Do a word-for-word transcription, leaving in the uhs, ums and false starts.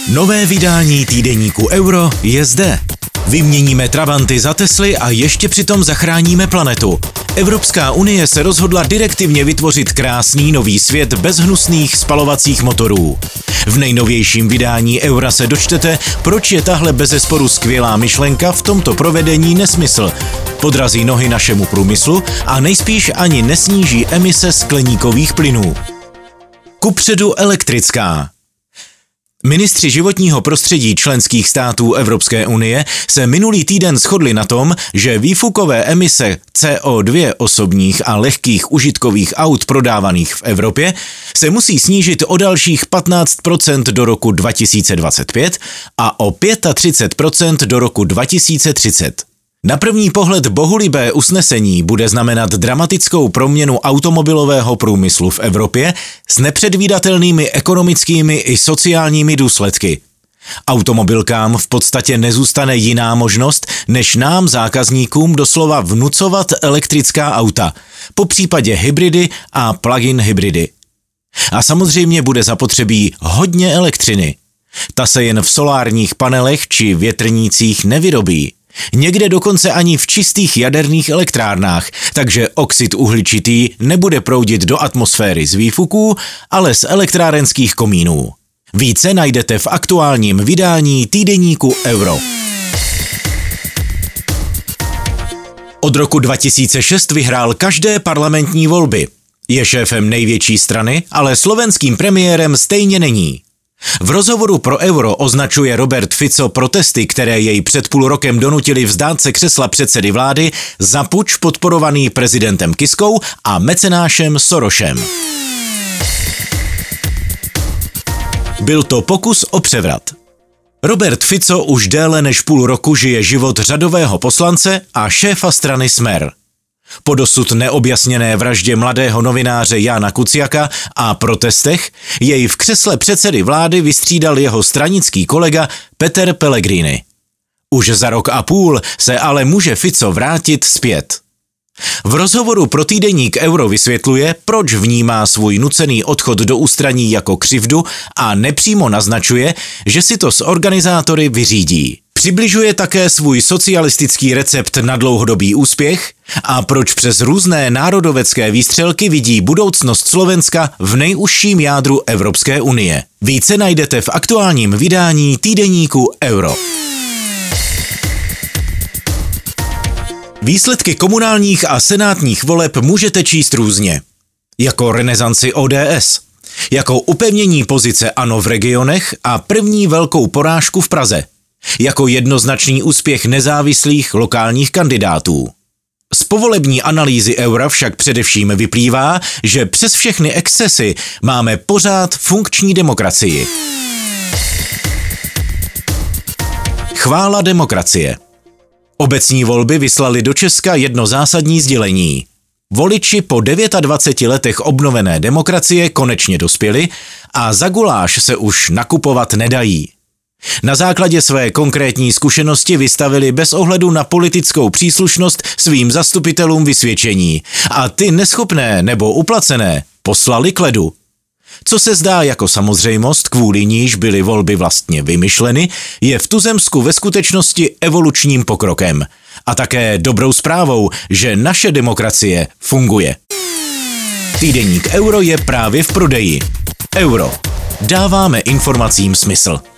Nové vydání týdeníku Euro je zde. Vyměníme trabanty za Tesly a ještě přitom zachráníme planetu. Evropská unie se rozhodla direktivně vytvořit krásný nový svět bez hnusných spalovacích motorů. V nejnovějším vydání Eura se dočtete, proč je tahle bezesporu skvělá myšlenka v tomto provedení nesmysl. Podrazí nohy našemu průmyslu a nejspíš ani nesníží emise skleníkových plynů. Kupředu elektrická. Ministři životního prostředí členských států Evropské unie se minulý týden shodli na tom, že výfukové emise C O dva osobních a lehkých užitkových aut prodávaných v Evropě se musí snížit o dalších patnáct procent do roku dva tisíce dvacet pět a o třicet pět procent do roku dva tisíce třicet. Na první pohled bohulibé usnesení bude znamenat dramatickou proměnu automobilového průmyslu v Evropě s nepředvídatelnými ekonomickými i sociálními důsledky. Automobilkám v podstatě nezůstane jiná možnost, než nám zákazníkům doslova vnucovat elektrická auta, popřípadě hybridy a plug-in hybridy. A samozřejmě bude zapotřebí hodně elektřiny. Ta se jen v solárních panelech či větrnících nevyrobí. Někde dokonce ani v čistých jaderných elektrárnách, takže oxid uhličitý nebude proudit do atmosféry z výfuků, ale z elektrárenských komínů. Více najdete v aktuálním vydání týdeníku Euro. Od roku dva tisíce šest vyhrál každé parlamentní volby. Je šéfem největší strany, ale slovenským premiérem stejně není. V rozhovoru pro Euro označuje Robert Fico protesty, které jej před půl rokem donutili vzdát se křesla předsedy vlády, za puč podporovaný prezidentem Kiskou a mecenášem Sorosem. Byl to pokus o převrat. Robert Fico už déle než půl roku žije život řadového poslance a šéfa strany Smer. Po dosud neobjasněné vraždě mladého novináře Jána Kuciaka a protestech jej v křesle předsedy vlády vystřídal jeho stranický kolega Peter Pellegrini. Už za rok a půl se ale může Fico vrátit zpět. V rozhovoru pro týdeník Euro vysvětluje, proč vnímá svůj nucený odchod do ústraní jako křivdu a nepřímo naznačuje, že si to s organizátory vyřídí. Přibližuje také svůj socialistický recept na dlouhodobý úspěch a proč přes různé národovecké výstřelky vidí budoucnost Slovenska v nejužším jádru Evropské unie. Více najdete v aktuálním vydání týdeníku Euro. Výsledky komunálních a senátních voleb můžete číst různě. Jako renesanci O D S, jako upevnění pozice ANO v regionech a první velkou porážku v Praze, jako jednoznačný úspěch nezávislých lokálních kandidátů. Z povolební analýzy Eura však především vyplývá, že přes všechny excesy máme pořád funkční demokracii. Chvála demokracie. Obecní volby vyslali do Česka jedno zásadní sdělení. Voliči po dvaceti devíti letech obnovené demokracie konečně dospěli a za guláš se už nakupovat nedají. Na základě své konkrétní zkušenosti vystavili bez ohledu na politickou příslušnost svým zastupitelům vysvědčení a ty neschopné nebo uplacené poslali k ledu. Co se zdá jako samozřejmost, kvůli níž byly volby vlastně vymyšleny, je v tuzemsku ve skutečnosti evolučním pokrokem a také dobrou zprávou, že naše demokracie funguje. Týdeník Euro je právě v prodeji. Euro. Dáváme informacím smysl.